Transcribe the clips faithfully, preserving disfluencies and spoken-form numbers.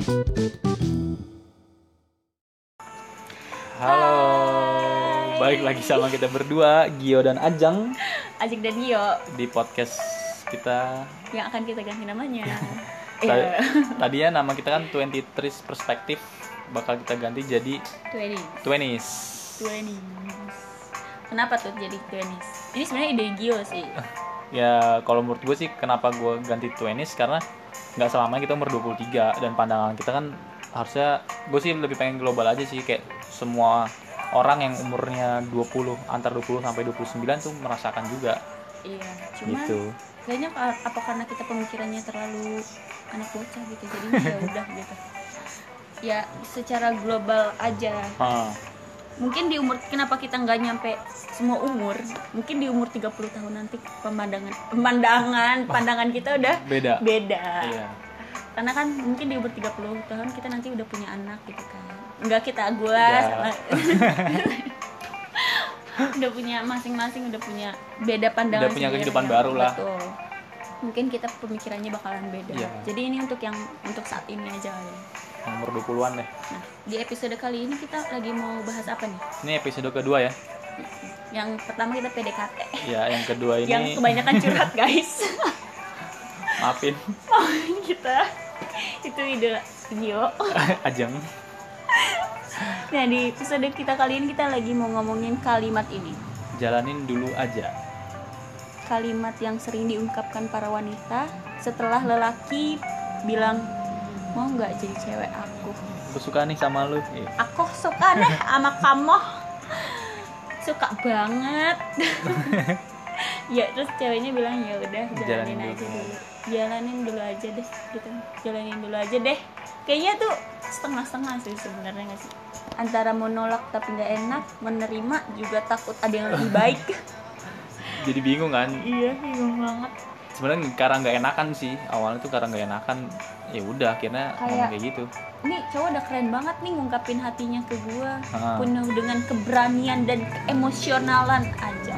Halo, Hai. balik lagi sama kita berdua, Gio dan Ajeng, Ajeng dan Gio di podcast kita. yang akan kita ganti namanya. Ta- Iya. Tadinya nama kita kan dua puluh tiga Perspective, bakal kita ganti jadi Twenties. Twenties. Twenties. Kenapa tuh jadi twenties? Ini sebenarnya ide Gio sih. Ya kalau menurut gue sih kenapa gue ganti Twenties karena nggak selamanya kita umur dua puluh tiga dan pandangan kita kan harusnya, gue sih lebih pengen global aja sih, kayak semua orang yang umurnya dua puluh, antar dua puluh sampai dua puluh sembilan tuh merasakan juga. Iya. Cuman Gitu. kayaknya ka- apa karena kita pemikirannya terlalu anak bocah gitu, jadi ya udah gitu. Ya secara global aja. Ah, Mungkin di umur, kenapa kita nggak nyampe semua umur? Mungkin di umur tiga puluh tahun nanti pemandangan pemandangan pandangan kita udah beda. beda. Iya. Karena kan mungkin di umur tiga puluh tahun kita nanti udah punya anak gitu kan. Enggak kita, gua Ya. sama udah punya masing-masing, udah punya beda pandangan, Udah punya sendiri. kehidupan baru lah. Betul. Mungkin kita pemikirannya bakalan beda. Iya. Jadi ini untuk yang untuk saat ini aja kali ya. Umur dua puluhan deh. Nah, di episode kali ini kita lagi mau bahas apa nih? Ini episode kedua ya. Yang pertama kita P D K T. Ya, yang kedua ini Yang kebanyakan curhat, guys. maafin Oh, kita itu ide Gio. Ajeng. Nah, di episode kita kali ini kita lagi mau ngomongin kalimat ini. Jalanin dulu aja. Kalimat yang sering diungkapkan para wanita setelah lelaki bilang, mau nggak jadi cewek aku? Aku suka nih sama lu. Iya. Aku suka deh sama kamu. Suka banget. Ya terus ceweknya bilang ya udah jalanin, Jalanin aja dulu. dulu. Jalanin dulu aja deh gitu. Jalanin dulu aja deh. Kayaknya tuh setengah-setengah sih sebenarnya, nggak sih? Antara menolak tapi nggak enak, menerima juga takut ada yang lebih baik. Jadi bingung kan. Iya, bingung banget. Sebenarnya karena nggak enakan sih. Awalnya tuh karena nggak enakan. Ya udah, akhirnya Kayak- ngomong kayak gitu. Nih cowok udah keren banget nih ngungkapin hatinya ke gua, Ah. penuh dengan keberanian dan keemosionalan aja.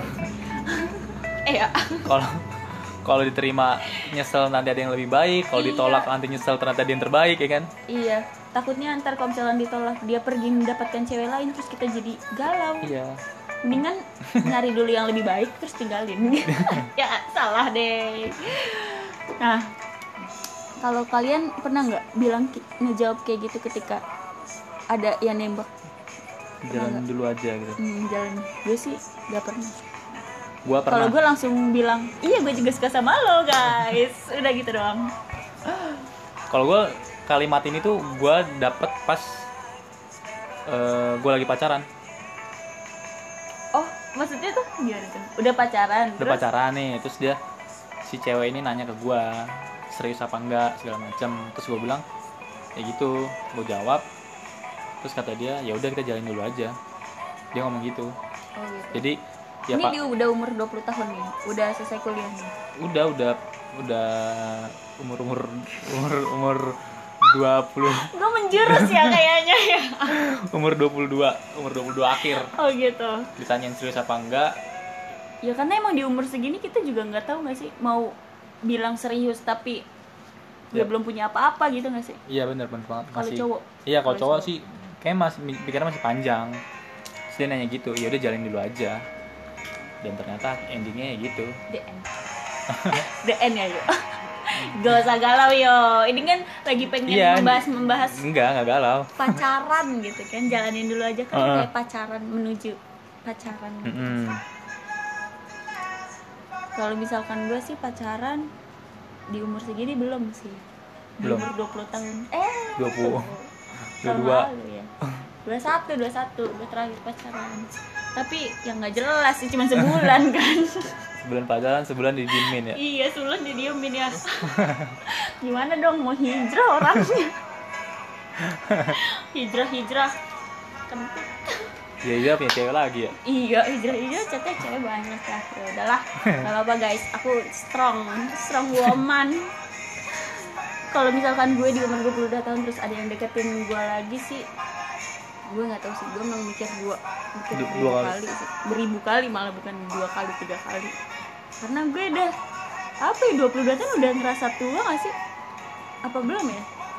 eh ya. Kalau kalau diterima nyesel nanti ada yang lebih baik. Kalau Iya. ditolak nanti nyesel ternyata ada yang terbaik ya kan. Iya, takutnya ntar kalau misalnya ditolak dia pergi mendapatkan cewek lain terus kita jadi galau. Iya. Mendingan nyari dulu yang lebih baik terus tinggalin. Ya salah deh. Nah, kalau kalian pernah nggak bilang ki- ngejawab kayak gitu ketika ada yang nembak? Jalan dulu aja gitu. Hmm, jalan. Gue sih nggak pernah. Gua Kalau pernah. gue langsung bilang, iya gue juga suka sama lo guys. Udah gitu doang. Kalau gue kalimat ini tuh gue dapet pas uh, gue lagi pacaran. Oh, maksudnya tuh gimana tuh? Udah pacaran? Udah pacaran nih, terus dia si cewek ini nanya ke gue serius apa enggak segala macam. Terus gue bilang ya gitu, gue jawab. Terus kata dia ya udah kita jalin dulu aja. Dia ngomong gitu. Oh gitu. Jadi ya Ini pak, dia udah umur dua puluh tahun nih, udah selesai kuliah nih. udah udah udah umur umur umur umur dua puluh Gue menjurus ya kayaknya ya. umur dua puluh dua umur dua puluh dua akhir. Oh gitu. Ditanyain serius apa enggak? Ya karena emang di umur segini kita juga nggak tahu nggak sih mau bilang serius tapi dia Ya. belum punya apa-apa gitu nggak sih? Iya benar benar banget. Kalau Masih- cowok. Iya kalau Kalau cowok cowok. sih kayak masih pikiran masih panjang. Terus dia nanya gitu, ya udah jalin dulu aja. Dan ternyata endingnya ya gitu. The end. The end ya yuk. Gak usah galau yo. Ini kan lagi pengen Iya. membahas membahas Enggak, enggak galau. pacaran gitu kan, jalanin dulu aja kan Uh-uh. kayak pacaran menuju pacaran. Gitu. Mm-mm. Kalau misalkan gue sih pacaran di umur segini belum sih. Di Belum. umur dua puluh tahun. Eh, dua puluh. tahun dua puluh dua. lalu ya. dua puluh satu, dua puluh satu gue terakhir pacaran. Tapi yang enggak jelas sih cuma sebulan kan. Sebulan pacaran, sebulan didiemin ya. Iya, sebulan didiemin ya. Gimana dong mau hijrah orangnya? Hijrah-hijrah. Kentut. Ya dia punya cewek lagi ya. Iya, hijrah-hijrah cewek cewek banyak lah. Ya udahlah, nggak apa-apa guys. Aku strong, strong woman. Kalau misalkan gue di umur dua puluh dua tahun terus ada yang deketin gue lagi sih, gue nggak tahu sih. Gue mau mikir dua, mikir Du- beribu dua kali. kali. sih, beribu kali malah bukan dua kali tiga kali. Karena gue udah apa ya dua puluh dua tahun udah ngerasa tua nggak sih? Apa belum ya?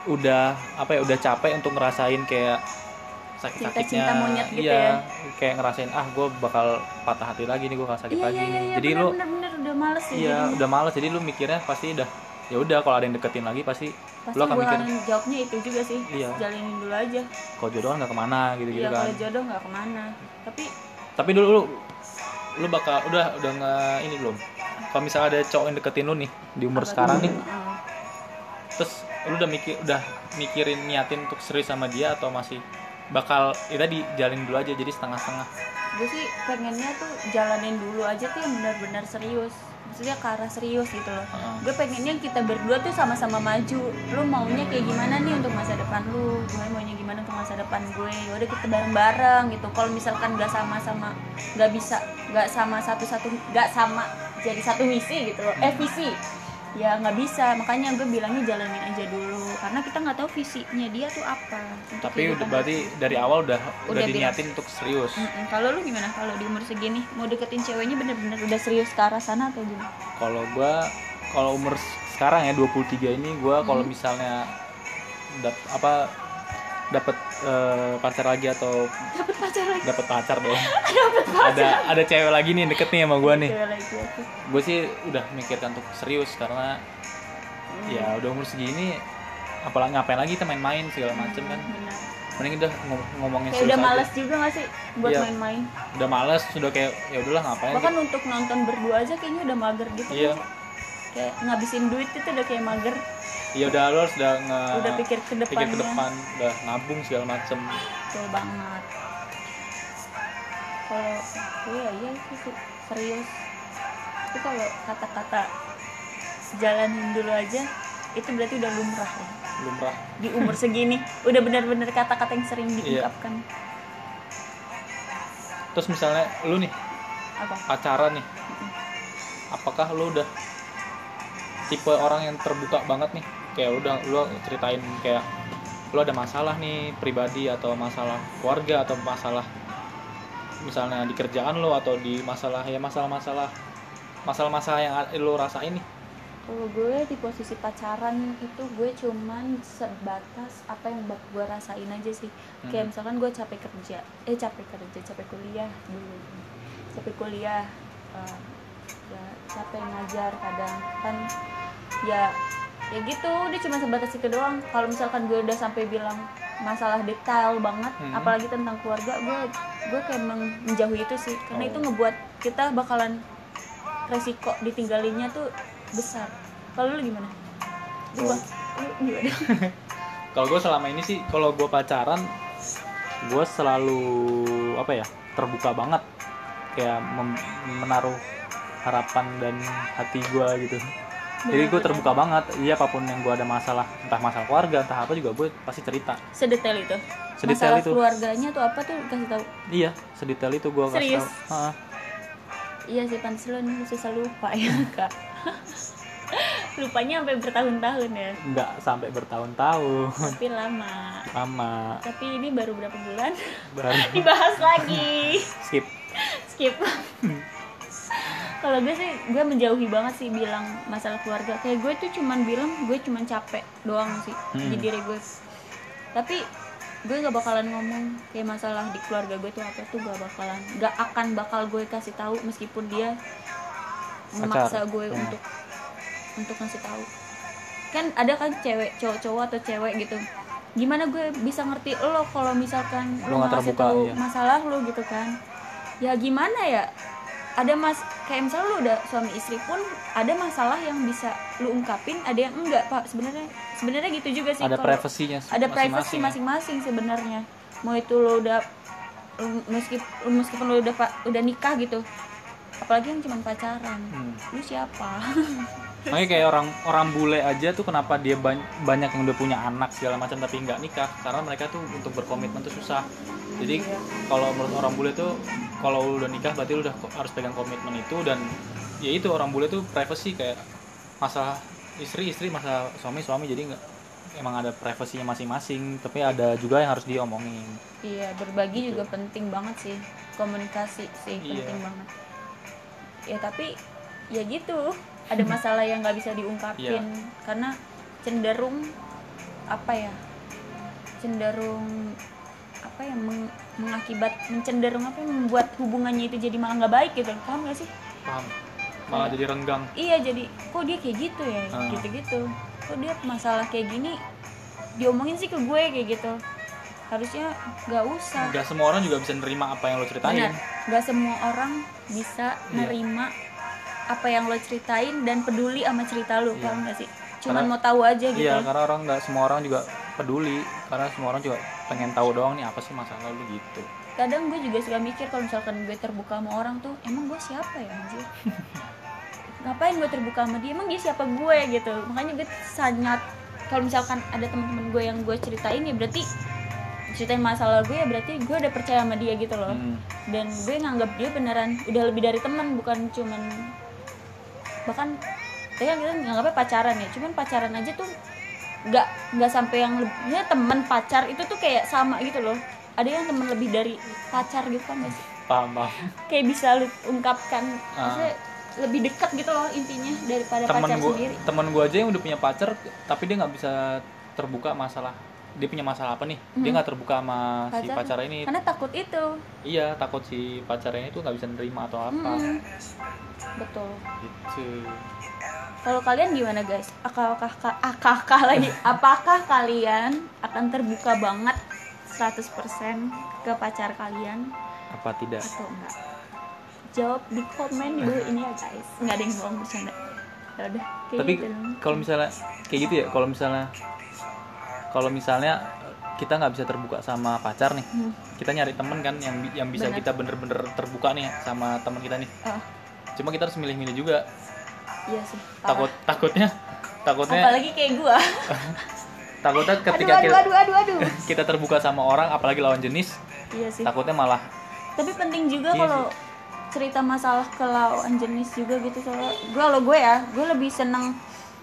udah apa ya udah capek untuk ngerasain kayak sakit-sakitnya. Cinta-cinta monyet gitu iya, ya. kayak ngerasain ah gue bakal patah hati lagi nih, gue bakal sakit Iya lagi iya nih. iya Jadi bener, lu bener bener udah males ya iya jadinya. udah males, jadi lu mikirnya pasti udah ya udah kalau ada yang deketin lagi pasti, Pasti lu akan gue mikir akan jawabnya itu juga sih. Iya. Jalinin dulu aja. kalau jodoh kan nggak kemana gitu-gitu Iya kan. kalau jodoh nggak kemana. Tapi Tapi dulu lu lu bakal udah udah nggak ini belum? Kalau misalnya ada cowok yang deketin lu nih di umur apa sekarang tuh? nih, Heeh. terus lu udah mikir udah mikirin niatin untuk serius sama dia atau masih bakal ya tadi jalin dulu aja jadi setengah-setengah? Gue sih pengennya tuh jalanin dulu aja tuh yang benar-benar serius, maksudnya ke arah serius gitu loh. Heeh. Gue pengennya kita berdua tuh sama-sama maju. Lu maunya kayak gimana nih untuk masa depan lu, gue maunya gimana untuk masa depan gue. Ya udah kita bareng-bareng gitu. Kalau misalkan nggak sama-sama, nggak bisa, nggak sama satu-satu, nggak sama jadi satu misi gitu loh, eh visi ya nggak bisa. Makanya gue bilangnya jalanin aja dulu karena kita nggak tahu visinya dia tuh apa untuk Tapi udah kehidupan berarti kita. dari awal udah udah, Udah diniatin untuk serius. Mm-mm. Kalau lu gimana? Kalau di umur segini mau deketin ceweknya bener-bener udah serius ke arah sana atau gimana? Kalau gua kalau umur sekarang ya dua puluh tiga ini gua kalau Hmm. misalnya dap, apa dapat eh, pacar lagi atau Dapet pacar lagi. dapat pacar dong. Dapet pacar. ada ada cewek lagi nih deket nih sama gua nih. Cewek lagi aku. Gue sih udah mikirkan untuk serius karena Hmm. ya udah umur segini apalagi ngapain lagi kita main-main segala macem kan. Benar. Mending udah ngom- ngomongin Kayak serius udah aja. males juga gak sih buat Iya. main-main? Udah males, sudah kayak ya udahlah ngapain. Bahkan untuk nonton berdua aja kayaknya udah mager gitu. Iya. Kan sih? Kayak ngabisin duit itu udah kayak mager. Ya udah lo harus udah nge Udah pikir ke pikir ke depannya. depan, udah nabung segala macem. Betul banget. Kalau iya iya itu sih serius. Itu kalau kata-kata jalanin dulu aja itu berarti udah lumrah ya. Lumrah. Di umur segini udah benar-benar kata-kata yang sering Iya. diungkapkan. Terus misalnya lu nih Apa? pacaran nih, apakah lu udah tipe orang yang terbuka banget nih, kayak udah lu ceritain kayak lu ada masalah nih pribadi atau masalah keluarga atau masalah misalnya di kerjaan lu atau di masalah ya masalah-masalah masalah-masalah yang lu rasain nih? Kalau gue di posisi pacaran itu gue cuman sebatas apa yang bak gue rasain aja sih. Kayak Hmm. misalkan gue capek kerja, eh capek kerja, capek kuliah dulu, capek kuliah, eh, ya capek ngajar kadang kan, ya ya gitu. Udah cuma sebatas itu doang. Kalau misalkan gue udah sampai bilang masalah detail banget, Hmm. apalagi tentang keluarga, gue gue kayak meng- menjauhi itu sih, karena Oh. itu ngebuat kita bakalan resiko ditinggalinnya tuh besar. Kalau lu gimana? Lu, Oh. bang, lu gimana? Kalau gue selama ini sih, kalau gue pacaran, gue selalu apa ya terbuka banget, kayak mem- menaruh harapan dan hati gue gitu. Jadi gue Benar-benar. terbuka banget. Iya apapun yang gue ada masalah, entah masalah keluarga, entah apa juga gue pasti cerita. Sedetail itu. Sedetail Masalah itu. keluarganya tuh apa tuh kasih tahu. Iya, sedetail itu gue kasih Serius? tahu. Heeh. Iya sih, pantes lu nih susah lupa ya kak. Lupanya sampai bertahun-tahun ya, Nggak sampai bertahun-tahun, tapi lama. lama. Tapi ini baru berapa bulan? Baru Dibahas lagi. skip. Skip. Kalau gue sih, gue menjauhi banget sih bilang masalah keluarga. Kayak gue tuh cuman bilang gue cuman capek doang sih Hmm. di diri gue. Tapi gue gak bakalan ngomong kayak masalah di keluarga gue tuh apa tuh, gak bakalan, gak akan bakal gue kasih tahu meskipun dia memaksa gue Hmm. untuk untuk ngasih tahu. Kan ada kan cewek, cowok-cowok atau cewek gitu. Gimana gue bisa ngerti lo kalau misalkan Lo lo nggak nggak ngasih terbuka, tahu iya. masalah lo gitu kan? Ya gimana ya? Ada mas kayak misalnya lu udah suami istri pun ada masalah yang bisa lu ungkapin, ada yang enggak pak. Sebenarnya sebenarnya gitu juga sih. Ada kalau- privasinya ada privacy masing-masing. masing-masing sebenarnya. Mau itu lo udah lu- meskipun meskipun lo udah pak udah nikah gitu, apalagi yang cuma pacaran, Hmm. lu siapa? Makanya kayak orang orang bule aja tuh kenapa dia ban- banyak yang udah punya anak segala macam tapi nggak nikah, karena mereka tuh untuk berkomitmen tuh susah. Jadi Iya. kalau menurut orang bule tuh kalau lu udah nikah berarti lu udah ko- harus pegang komitmen itu, dan ya itu orang bule tuh privacy, kayak masalah istri istri masalah suami suami, jadi nggak, emang ada privasinya masing-masing, tapi ada juga yang harus diomongin. Iya, berbagi Gitu. juga penting banget sih, komunikasi sih Iya. penting banget. Ya tapi ya gitu, ada masalah yang nggak bisa diungkapin Iya. karena cenderung apa ya, cenderung apa ya meng, mengakibat mencenderung apa ya, membuat hubungannya itu jadi malah nggak baik gitu, paham gak sih? Paham. Malah jadi renggang. Iya, jadi kok dia kayak gitu ya, uh. gitu-gitu. Kok dia masalah kayak gini diomongin sih ke gue kayak gitu. Harusnya nggak usah. Nggak semua orang juga bisa nerima apa yang lo ceritain. Benar. Nggak semua orang bisa nerima yeah. apa yang lo ceritain dan peduli sama cerita lo, yeah. paham nggak sih? Cuman karena, mau tahu aja gitu. Iya, karena orang nggak semua orang juga peduli, karena semua orang juga pengen tahu doang nih apa sih masalah lo gitu. Kadang gue juga suka mikir kalau misalkan gue terbuka sama orang tuh, emang gue siapa ya anjir? Ngapain gue terbuka sama dia? Emang dia siapa gue gitu? Makanya gue sangat, kalau misalkan ada teman-teman gue yang gue ceritain ya berarti ceritain masalah gue ya berarti gue udah percaya sama dia gitu loh. Hmm. Dan gue nganggap dia beneran udah lebih dari teman, bukan cuman bahkan ya kita nganggapnya pacaran ya, cuman pacaran aja tuh nggak nggak sampai yang lebihnya teman pacar itu tuh kayak sama gitu loh. Ada yang teman lebih dari pacar gitu kan nggak sih? Paham, paham. Kayak bisa lu ungkapkan, uh. maksudnya lebih dekat gitu loh intinya daripada temen pacar gua, sendiri. Temen gue aja yang udah punya pacar tapi dia nggak bisa terbuka masalah dia punya masalah apa nih, hmm. dia nggak terbuka sama pacar, si pacar ini karena takut itu. Iya, takut si pacarnya itu nggak bisa nerima atau apa. Hmm. Betul gitu. Kalau kalian gimana guys? Apakah apakah lagi apakah kalian akan terbuka banget seratus persen ke pacar kalian apa tidak atau enggak? Jawab di komen di bawah ini ya guys. Nggak ada yang bohong, bercanda. Ya udah. Tapi gitu. Kalau misalnya kayak gitu ya, kalau misalnya kalau misalnya kita nggak bisa terbuka sama pacar nih, hmm. kita nyari temen kan yang yang bisa Bener. kita bener-bener terbuka nih sama teman kita nih. Uh. Cuma kita harus milih-milih juga. Iya sih. Takut takutnya takutnya. Apalagi kayak gua. Takutnya ketika aduh, aduh, aduh, aduh, aduh. kita terbuka sama orang, apalagi lawan jenis. Iya sih. Takutnya malah. Tapi penting juga iya kalau cerita masalah ke lawan jenis juga gitu, soalnya gue lo gue ya, gue lebih seneng.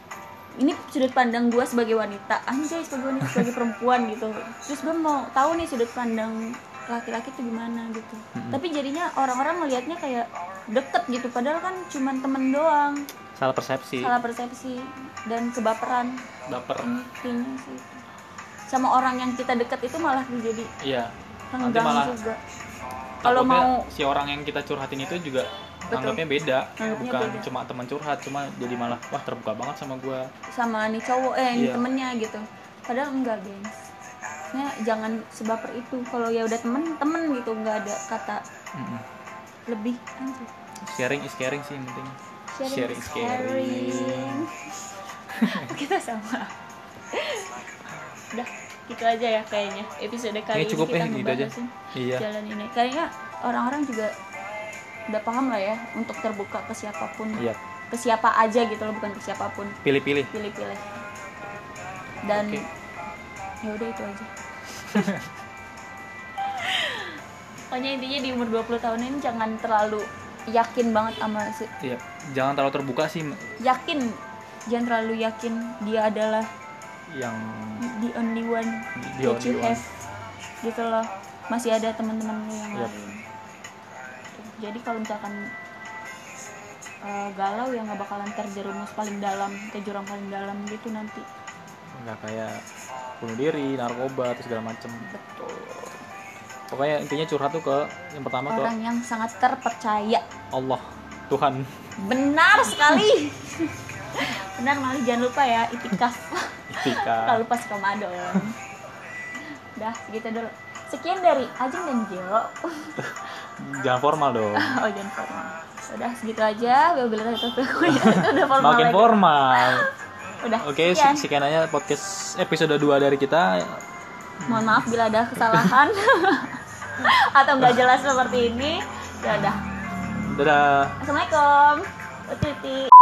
Ini sudut pandang gue sebagai wanita, anjay sebagai wanita, sebagai perempuan gitu. Terus gue mau tahu nih sudut pandang laki-laki tuh gimana gitu. Mm-hmm. Tapi jadinya orang-orang melihatnya kayak deket gitu, padahal kan cuman temen doang. Salah persepsi. Salah persepsi dan kebaperan. Baper. Intinya sih. Sama orang yang kita deket itu malah jadi iya. renggang malah juga. Kalau mau si orang yang kita curhatin itu juga anggapnya beda, anggapnya bukan beda. Cuma teman curhat, cuma jadi malah wah terbuka banget sama gue, sama nih cowok eh iya. nih temennya gitu, padahal enggak gengs. Maksudnya jangan sebaper itu. Kalau ya udah temen temen gitu, nggak ada kata mm-hmm. lebih aja. Sharing is caring sih yang penting. Sharing, sharing is caring. Kita sama. Udah gitu aja ya kayaknya episode kali ini cukup kita eh, gitu aja. Iya. Jalan ini kayaknya orang-orang juga udah paham lah ya untuk terbuka ke siapapun, iya. ke siapa aja gitu loh, bukan ke siapapun. Pilih-pilih. Pilih-pilih. Dan okay. ya udah itu aja. Pokoknya intinya di umur dua puluh tahun ini jangan terlalu yakin banget sama si- iya. Jangan terlalu terbuka sih. Yakin, jangan terlalu yakin dia adalah yang the only one the that only you one. have gitu loh, masih ada teman-teman lu yang yep. lain. Jadi kalau misalkan uh, galau ya nggak bakalan terjerumus paling dalam ke jurang paling dalam gitu nanti. Nggak kayak bunuh diri, narkoba atau segala macem. Betul. Pokoknya intinya curhat tuh ke yang pertama orang ke yang sangat terpercaya. Allah, Tuhan. Benar sekali. Benar Mali, jangan lupa ya itikaf. Itikaf. Kalau lupa suka madon. Dah segitu dulu. Sekian dari Ajeng dan Jo. Jangan formal dong. Oh jangan formal. Udah segitu aja. Gue bilang itu tuh udah formal. Makin lagi. formal. Udah. Oke, sekian. sekian aja podcast episode dua dari kita. Mohon maaf bila ada kesalahan atau nggak jelas seperti ini. Ya udah. Dadah. Assalamualaikum. Uti-uti.